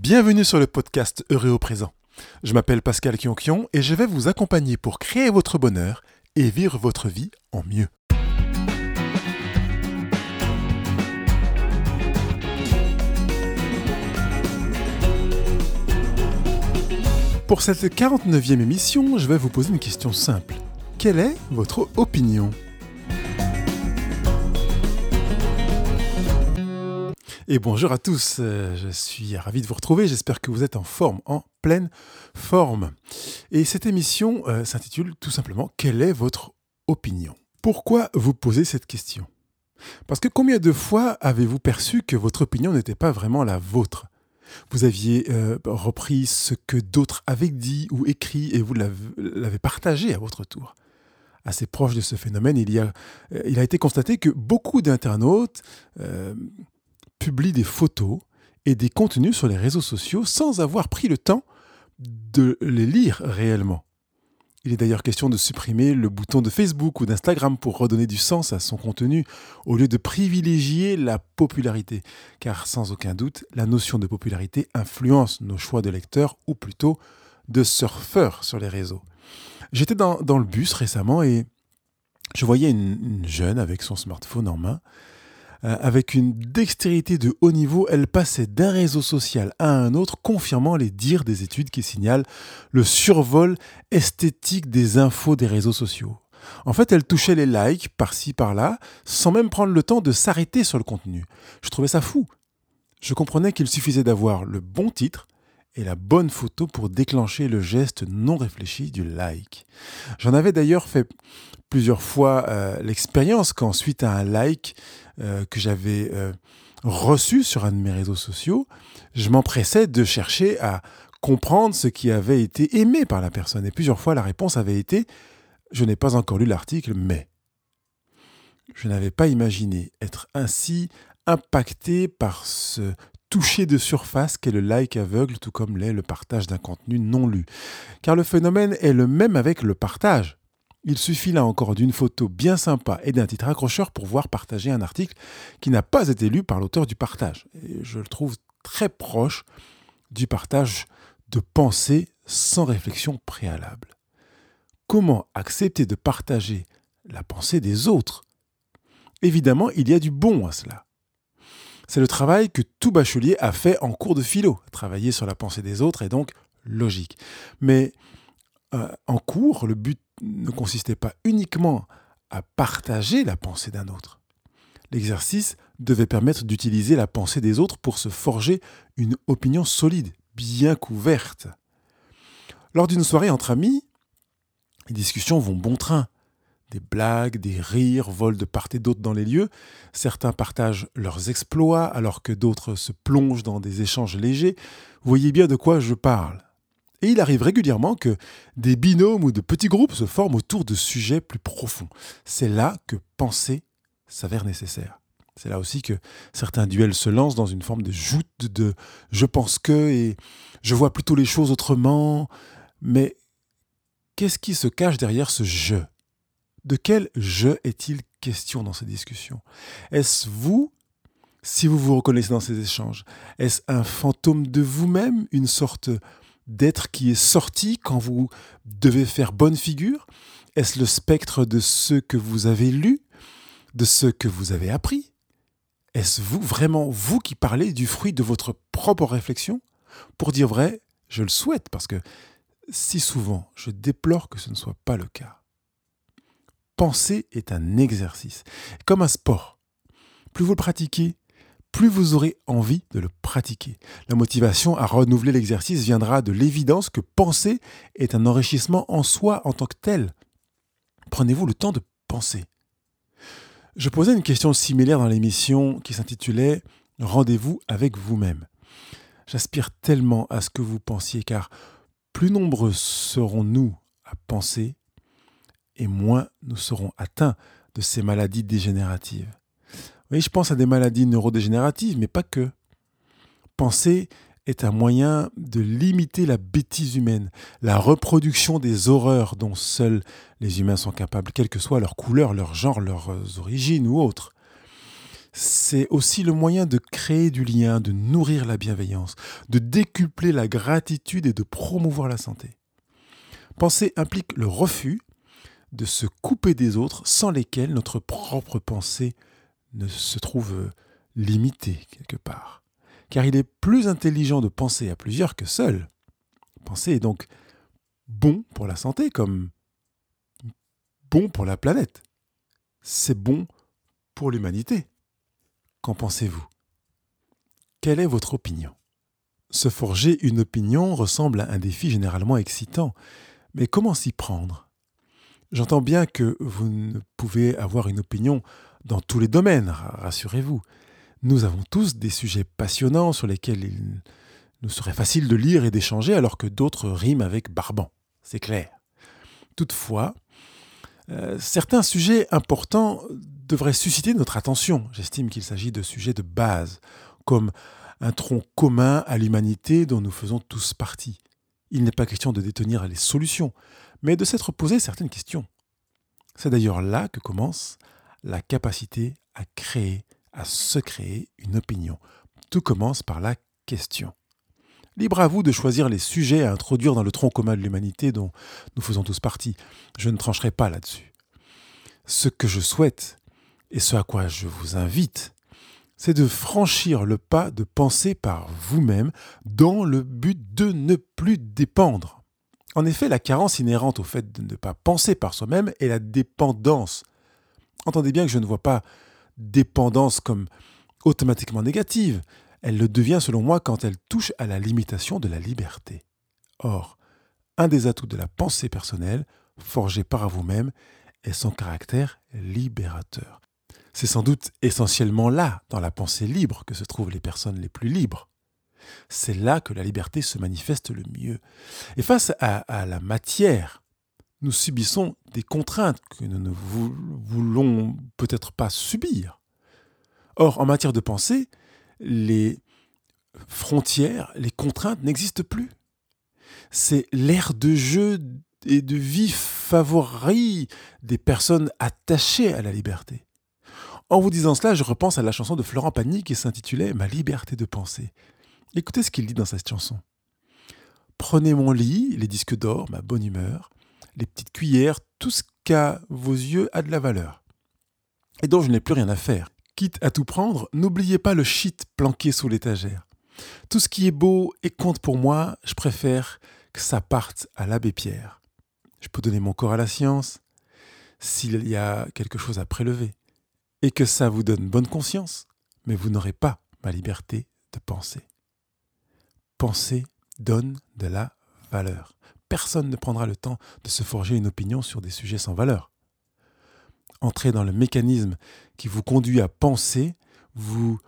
Bienvenue sur le podcast Heureux au présent. Je m'appelle Pascal Kionkion et je vais vous accompagner pour créer votre bonheur et vivre votre vie en mieux. Pour cette 49e émission, je vais vous poser une question simple. Quelle est votre opinion ? Et bonjour à tous, je suis ravi de vous retrouver, j'espère que vous êtes en forme, en pleine forme. Et cette émission s'intitule tout simplement « Quelle est votre opinion ?» Pourquoi vous posez cette question ? Parce que combien de fois avez-vous perçu que votre opinion n'était pas vraiment la vôtre ? Vous aviez repris ce que d'autres avaient dit ou écrit et vous l'avez partagé à votre tour. Assez proche de ce phénomène, il a été constaté que beaucoup d'internautes publient des photos et des contenus sur les réseaux sociaux sans avoir pris le temps de les lire réellement. Il est d'ailleurs question de supprimer le bouton de Facebook ou d'Instagram pour redonner du sens à son contenu au lieu de privilégier la popularité. Car sans aucun doute, la notion de popularité influence nos choix de lecteurs ou plutôt de surfeurs sur les réseaux. J'étais dans le bus récemment et je voyais une jeune avec son smartphone en main. Avec une dextérité de haut niveau, elle passait d'un réseau social à un autre, confirmant les dires des études qui signalent le survol esthétique des infos des réseaux sociaux. En fait, elle touchait les likes par-ci par-là, sans même prendre le temps de s'arrêter sur le contenu. Je trouvais ça fou. Je comprenais qu'il suffisait d'avoir le bon titre et la bonne photo pour déclencher le geste non réfléchi du like. J'en avais d'ailleurs fait plusieurs fois l'expérience quand, suite à un like que j'avais reçu sur un de mes réseaux sociaux, je m'empressais de chercher à comprendre ce qui avait été aimé par la personne. Et plusieurs fois, la réponse avait été « Je n'ai pas encore lu l'article, mais… » Je n'avais pas imaginé être ainsi impacté par ce toucher de surface qu'est le like aveugle, tout comme l'est le partage d'un contenu non lu. Car le phénomène est le même avec le partage. Il suffit là encore d'une photo bien sympa et d'un titre accrocheur pour voir partager un article qui n'a pas été lu par l'auteur du partage. Et je le trouve très proche du partage de pensées sans réflexion préalable. Comment accepter de partager la pensée des autres ? Évidemment, il y a du bon à cela. C'est le travail que tout bachelier a fait en cours de philo. Travailler sur la pensée des autres est donc logique. Mais en cours, le but ne consistait pas uniquement à partager la pensée d'un autre. L'exercice devait permettre d'utiliser la pensée des autres pour se forger une opinion solide, bien couverte. Lors d'une soirée entre amis, les discussions vont bon train. Des blagues, des rires volent de part et d'autre dans les lieux. Certains partagent leurs exploits alors que d'autres se plongent dans des échanges légers. Vous voyez bien de quoi je parle. Et il arrive régulièrement que des binômes ou de petits groupes se forment autour de sujets plus profonds. C'est là que penser s'avère nécessaire. C'est là aussi que certains duels se lancent dans une forme de joute de « je pense que » et « je vois plutôt les choses autrement ». Mais qu'est-ce qui se cache derrière ce « je » ? De quel « je » est-il question dans ces discussions ? Est-ce vous, si vous vous reconnaissez dans ces échanges ? Est-ce un fantôme de vous-même, une sorte d'être qui est sorti quand vous devez faire bonne figure ? Est-ce le spectre de ce que vous avez lu, de ce que vous avez appris ? Est-ce vous, vraiment vous qui parlez du fruit de votre propre réflexion ? Pour dire vrai, je le souhaite parce que si souvent, je déplore que ce ne soit pas le cas. Penser est un exercice, comme un sport. Plus vous le pratiquez, plus vous aurez envie de le pratiquer. La motivation à renouveler l'exercice viendra de l'évidence que penser est un enrichissement en soi en tant que tel. Prenez-vous le temps de penser. Je posais une question similaire dans l'émission qui s'intitulait « Rendez-vous avec vous-même ». J'aspire tellement à ce que vous pensiez car plus nombreux serons-nous à penser et moins nous serons atteints de ces maladies dégénératives. Oui, je pense à des maladies neurodégénératives, mais pas que. Penser est un moyen de limiter la bêtise humaine, la reproduction des horreurs dont seuls les humains sont capables, quelle que soit leur couleur, leur genre, leurs origines ou autres. C'est aussi le moyen de créer du lien, de nourrir la bienveillance, de décupler la gratitude et de promouvoir la santé. Penser implique le refus de se couper des autres sans lesquels notre propre pensée ne se trouve limitée quelque part. Car il est plus intelligent de penser à plusieurs que seul. Penser est donc bon pour la santé comme bon pour la planète. C'est bon pour l'humanité. Qu'en pensez-vous ? Quelle est votre opinion ? Se forger une opinion ressemble à un défi généralement excitant. Mais comment s'y prendre ? J'entends bien que vous ne pouvez avoir une opinion dans tous les domaines, rassurez-vous. Nous avons tous des sujets passionnants sur lesquels il nous serait facile de lire et d'échanger alors que d'autres riment avec barbant, c'est clair. Toutefois, certains sujets importants devraient susciter notre attention. J'estime qu'il s'agit de sujets de base, comme un tronc commun à l'humanité dont nous faisons tous partie. Il n'est pas question de détenir les solutions, mais de s'être posé certaines questions. C'est d'ailleurs là que commence la capacité à créer, à se créer une opinion. Tout commence par la question. Libre à vous de choisir les sujets à introduire dans le tronc commun de l'humanité dont nous faisons tous partie. Je ne trancherai pas là-dessus. Ce que je souhaite, et ce à quoi je vous invite, c'est de franchir le pas de penser par vous-même dans le but de ne plus dépendre. En effet, la carence inhérente au fait de ne pas penser par soi-même est la dépendance. Entendez bien que je ne vois pas dépendance comme automatiquement négative. Elle le devient selon moi quand elle touche à la limitation de la liberté. Or, un des atouts de la pensée personnelle, forgée par vous-même, est son caractère libérateur. C'est sans doute essentiellement là, dans la pensée libre, que se trouvent les personnes les plus libres. C'est là que la liberté se manifeste le mieux. Et face à la matière, nous subissons des contraintes que nous ne voulons peut-être pas subir. Or, en matière de pensée, les frontières, les contraintes n'existent plus. C'est l'ère de jeu et de vie favori des personnes attachées à la liberté. En vous disant cela, je repense à la chanson de Florent Pagny qui s'intitulait « Ma liberté de penser ». Écoutez ce qu'il dit dans cette chanson. « Prenez mon lit, les disques d'or, ma bonne humeur, les petites cuillères, tout ce qu'à vos yeux a de la valeur. Et dont je n'ai plus rien à faire. Quitte à tout prendre, n'oubliez pas le shit planqué sous l'étagère. Tout ce qui est beau et compte pour moi, je préfère que ça parte à l'abbé Pierre. Je peux donner mon corps à la science, s'il y a quelque chose à prélever. Et que ça vous donne bonne conscience, mais vous n'aurez pas ma liberté de penser. Penser donne de la valeur. Personne ne prendra le temps de se forger une opinion sur des sujets sans valeur. Entrez dans le mécanisme qui vous conduit à penser, vous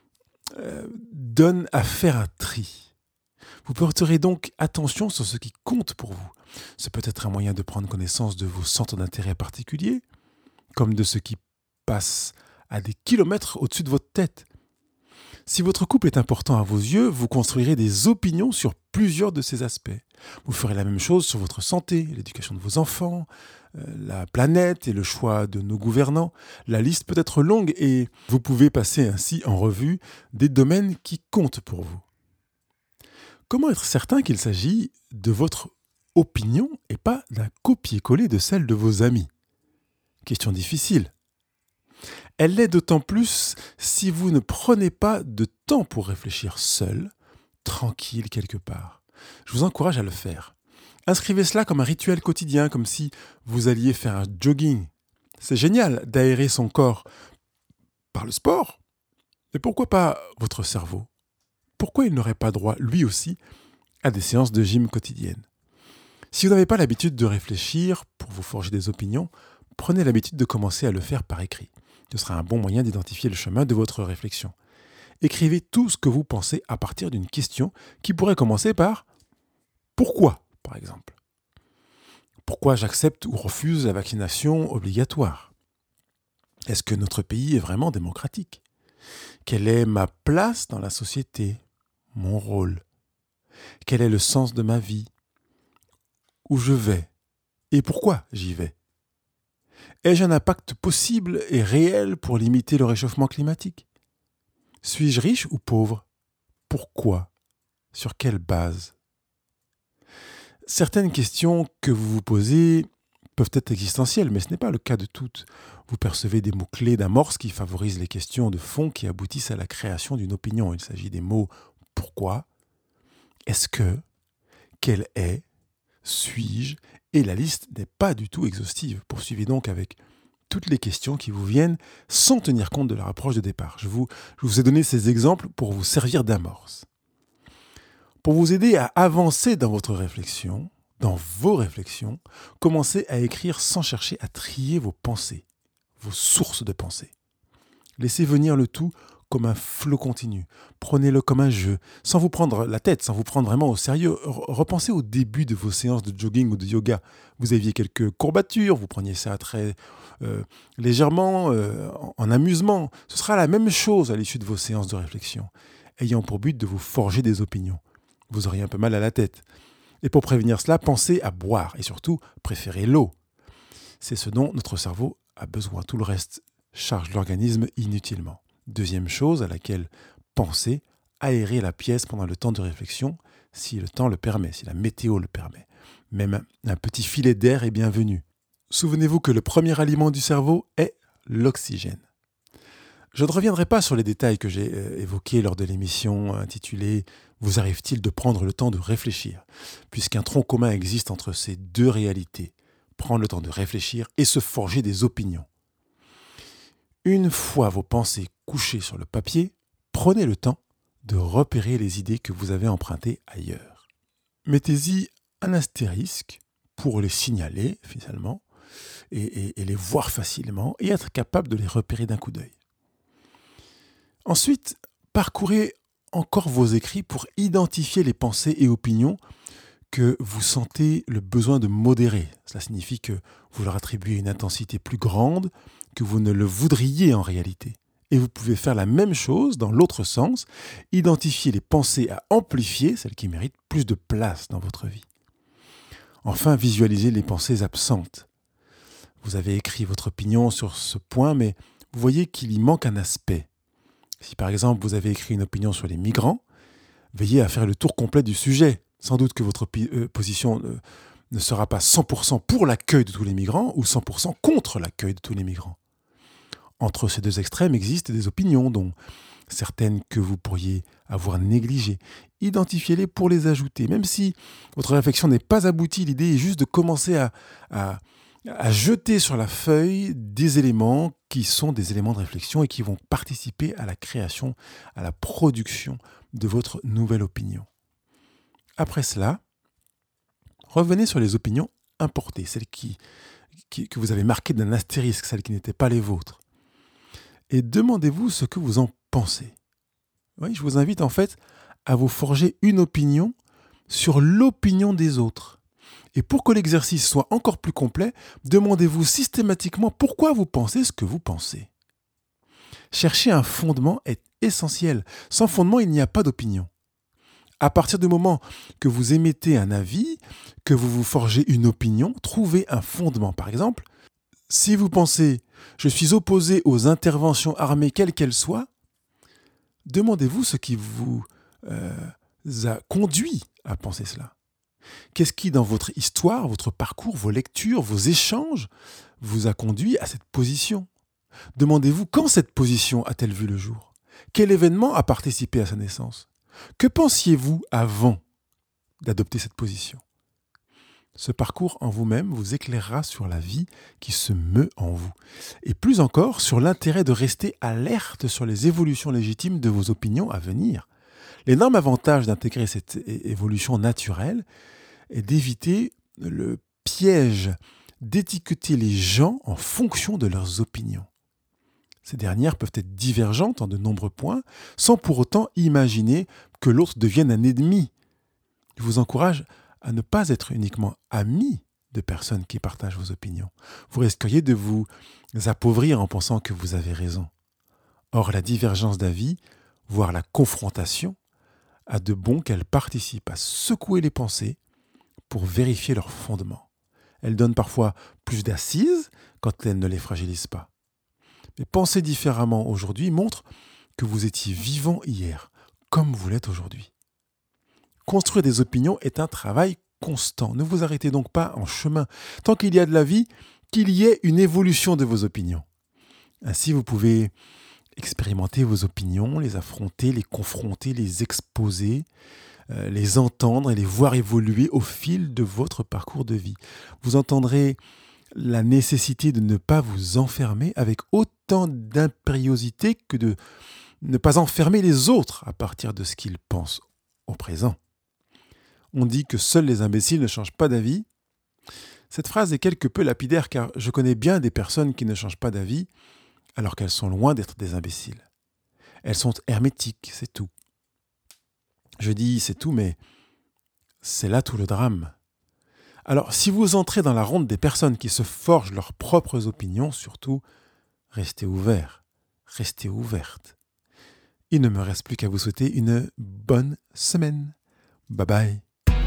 donne à faire un tri. Vous porterez donc attention sur ce qui compte pour vous. C'est peut-être un moyen de prendre connaissance de vos centres d'intérêt particuliers, comme de ce qui passe à des kilomètres au-dessus de votre tête. Si votre couple est important à vos yeux, vous construirez des opinions sur plusieurs de ces aspects. Vous ferez la même chose sur votre santé, l'éducation de vos enfants, la planète et le choix de nos gouvernants. La liste peut être longue et vous pouvez passer ainsi en revue des domaines qui comptent pour vous. Comment être certain qu'il s'agit de votre opinion et pas d'un copier-coller de celle de vos amis ? Question difficile. Elle l'est d'autant plus si vous ne prenez pas de temps pour réfléchir seul, tranquille quelque part. Je vous encourage à le faire. Inscrivez cela comme un rituel quotidien, comme si vous alliez faire un jogging. C'est génial d'aérer son corps par le sport. Mais pourquoi pas votre cerveau ? Pourquoi il n'aurait pas droit, lui aussi, à des séances de gym quotidiennes ? Si vous n'avez pas l'habitude de réfléchir pour vous forger des opinions, prenez l'habitude de commencer à le faire par écrit. Ce sera un bon moyen d'identifier le chemin de votre réflexion. Écrivez tout ce que vous pensez à partir d'une question qui pourrait commencer par « Pourquoi ?» par exemple. Pourquoi j'accepte ou refuse la vaccination obligatoire ? Est-ce que notre pays est vraiment démocratique ? Quelle est ma place dans la société ? Mon rôle ? Quel est le sens de ma vie ? Où je vais ? Et pourquoi j'y vais ? Ai-je un impact possible et réel pour limiter le réchauffement climatique? Suis-je riche ou pauvre? Pourquoi? Sur quelle base? Certaines questions que vous vous posez peuvent être existentielles, mais ce n'est pas le cas de toutes. Vous percevez des mots-clés d'amorce qui favorisent les questions de fond qui aboutissent à la création d'une opinion. Il s'agit des mots pourquoi, est-ce que, quel est, suis-je, et la liste n'est pas du tout exhaustive. Poursuivez donc avec toutes les questions qui vous viennent sans tenir compte de leur approche de départ. Je vous ai donné ces exemples pour vous servir d'amorce. Pour vous aider à avancer dans votre réflexion, dans vos réflexions, commencez à écrire sans chercher à trier vos pensées, vos sources de pensée. Laissez venir le tout comme un flot continu. Prenez-le comme un jeu, sans vous prendre la tête, sans vous prendre vraiment au sérieux. Repensez au début de vos séances de jogging ou de yoga. Vous aviez quelques courbatures, vous preniez ça très légèrement, en amusement. Ce sera la même chose à l'issue de vos séances de réflexion, ayant pour but de vous forger des opinions. Vous auriez un peu mal à la tête. Et pour prévenir cela, pensez à boire et surtout, préférez l'eau. C'est ce dont notre cerveau a besoin. Tout le reste charge l'organisme inutilement. Deuxième chose à laquelle pensez, aérer la pièce pendant le temps de réflexion, si le temps le permet, si la météo le permet. Même un petit filet d'air est bienvenu. Souvenez-vous que le premier aliment du cerveau est l'oxygène. Je ne reviendrai pas sur les détails que j'ai évoqués lors de l'émission intitulée « Vous arrive-t-il de prendre le temps de réfléchir ?» puisqu'un tronc commun existe entre ces deux réalités, prendre le temps de réfléchir et se forger des opinions. Une fois vos pensées couchées sur le papier, prenez le temps de repérer les idées que vous avez empruntées ailleurs. Mettez-y un astérisque pour les signaler finalement et les voir facilement et être capable de les repérer d'un coup d'œil. Ensuite, parcourez encore vos écrits pour identifier les pensées et opinions que vous sentez le besoin de modérer. Cela signifie que vous leur attribuez une intensité plus grande que vous ne le voudriez en réalité. Et vous pouvez faire la même chose dans l'autre sens, identifier les pensées à amplifier, celles qui méritent plus de place dans votre vie. Enfin, visualisez les pensées absentes. Vous avez écrit votre opinion sur ce point, mais vous voyez qu'il y manque un aspect. Si par exemple vous avez écrit une opinion sur les migrants, veillez à faire le tour complet du sujet. Sans doute que votre position ne sera pas 100% pour l'accueil de tous les migrants ou 100% contre l'accueil de tous les migrants. Entre ces deux extrêmes existent des opinions, dont certaines que vous pourriez avoir négligées. Identifiez-les pour les ajouter. Même si votre réflexion n'est pas aboutie, l'idée est juste de commencer à jeter sur la feuille des éléments qui sont des éléments de réflexion et qui vont participer à la création, à la production de votre nouvelle opinion. Après cela, revenez sur les opinions importées, celles que vous avez marquées d'un astérisque, celles qui n'étaient pas les vôtres. Et demandez-vous ce que vous en pensez. Oui, je vous invite en fait à vous forger une opinion sur l'opinion des autres. Et pour que l'exercice soit encore plus complet, demandez-vous systématiquement pourquoi vous pensez ce que vous pensez. Chercher un fondement est essentiel. Sans fondement, il n'y a pas d'opinion. À partir du moment que vous émettez un avis, que vous vous forgez une opinion, trouvez un fondement. Par exemple, si vous pensez « je suis opposé aux interventions armées quelles qu'elles soient », demandez-vous ce qui vous a conduit à penser cela. Qu'est-ce qui, dans votre histoire, votre parcours, vos lectures, vos échanges, vous a conduit à cette position? Demandez-vous quand cette position a-t-elle vu le jour? Quel événement a participé à sa naissance? Que pensiez-vous avant d'adopter cette position? Ce parcours en vous-même vous éclairera sur la vie qui se meut en vous. Et plus encore, sur l'intérêt de rester alerte sur les évolutions légitimes de vos opinions à venir. L'énorme avantage d'intégrer cette évolution naturelle est d'éviter le piège d'étiqueter les gens en fonction de leurs opinions. Ces dernières peuvent être divergentes en de nombreux points, sans pour autant imaginer que l'autre devienne un ennemi. Je vous encourage à ne pas être uniquement ami de personnes qui partagent vos opinions. Vous risqueriez de vous appauvrir en pensant que vous avez raison. Or, la divergence d'avis, voire la confrontation, a de bon qu'elle participe à secouer les pensées pour vérifier leur fondement. Elle donne parfois plus d'assises quand elles ne les fragilisent pas. Mais penser différemment aujourd'hui montre que vous étiez vivant hier, comme vous l'êtes aujourd'hui. Construire des opinions est un travail constant. Ne vous arrêtez donc pas en chemin. Tant qu'il y a de la vie, qu'il y ait une évolution de vos opinions. Ainsi, vous pouvez expérimenter vos opinions, les affronter, les confronter, les exposer, les entendre et les voir évoluer au fil de votre parcours de vie. Vous entendrez la nécessité de ne pas vous enfermer avec autant d'impériosité que de ne pas enfermer les autres à partir de ce qu'ils pensent au présent. On dit que seuls les imbéciles ne changent pas d'avis. Cette phrase est quelque peu lapidaire car je connais bien des personnes qui ne changent pas d'avis alors qu'elles sont loin d'être des imbéciles. Elles sont hermétiques, c'est tout. Je dis c'est tout, mais c'est là tout le drame. Alors, si vous entrez dans la ronde des personnes qui se forgent leurs propres opinions, surtout, restez ouverts, restez ouvertes. Il ne me reste plus qu'à vous souhaiter une bonne semaine. Bye bye.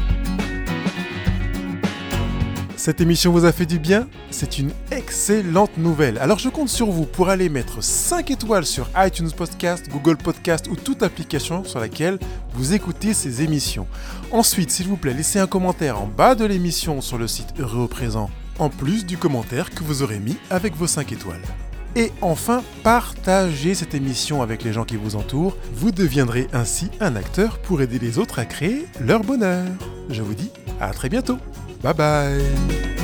Cette émission vous a fait du bien ? C'est une excellente nouvelle. Alors je compte sur vous pour aller mettre 5 étoiles sur iTunes Podcast, Google Podcast ou toute application sur laquelle vous écoutez ces émissions. Ensuite, s'il vous plaît, laissez un commentaire en bas de l'émission sur le site Heureux au présent, en plus du commentaire que vous aurez mis avec vos 5 étoiles. Et enfin, partagez cette émission avec les gens qui vous entourent. Vous deviendrez ainsi un acteur pour aider les autres à créer leur bonheur. Je vous dis à très bientôt. Bye bye.